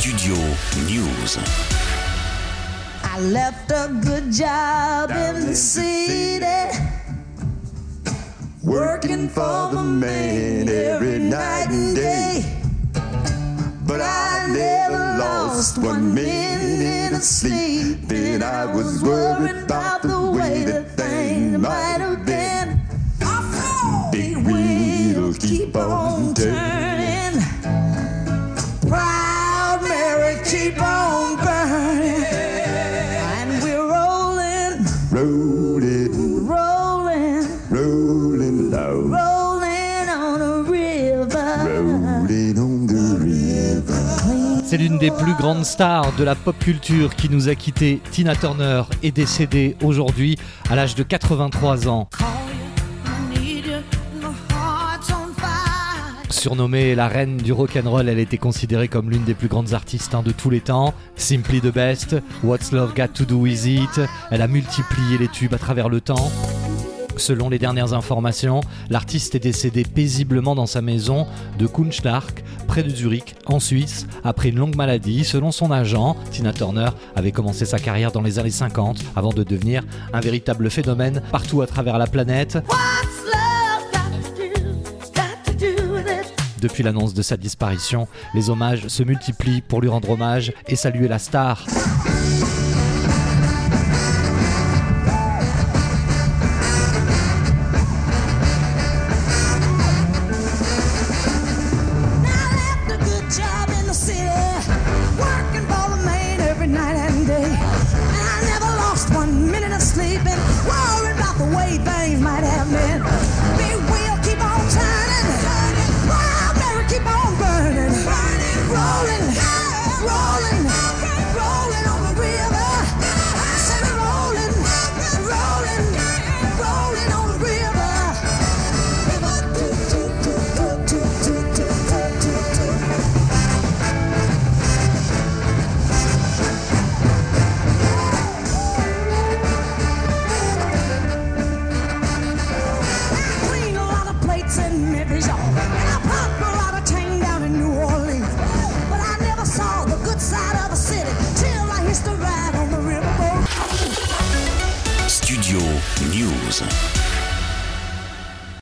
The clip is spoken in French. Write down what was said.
Studio News. I left a good job in the city, working for the man every night and day. But I never lost 1 minute of sleep, and I was worried about the way that things might have been. Big wheel keep on turning, proud Mary keep on burning, and we're rolling, rolling, rolling, rolling low, rolling on a river, rolling on the river. C'est l'une des plus grandes stars de la pop culture qui nous a quittés. Tina Turner est décédée aujourd'hui à l'âge de 83 ans. Surnommée la reine du rock'n'roll, elle était considérée comme l'une des plus grandes artistes de tous les temps. Simply the Best, What's Love Got to Do With It. Elle a multiplié les tubes à travers le temps. Selon les dernières informations, l'artiste est décédée paisiblement dans sa maison de Kunstwerk, près de Zurich, en Suisse, après une longue maladie. Selon son agent, Tina Turner avait commencé sa carrière dans les années 50 avant de devenir un véritable phénomène partout à travers la planète. Depuis l'annonce de sa disparition, les hommages se multiplient pour lui rendre hommage et saluer la star. Studio News.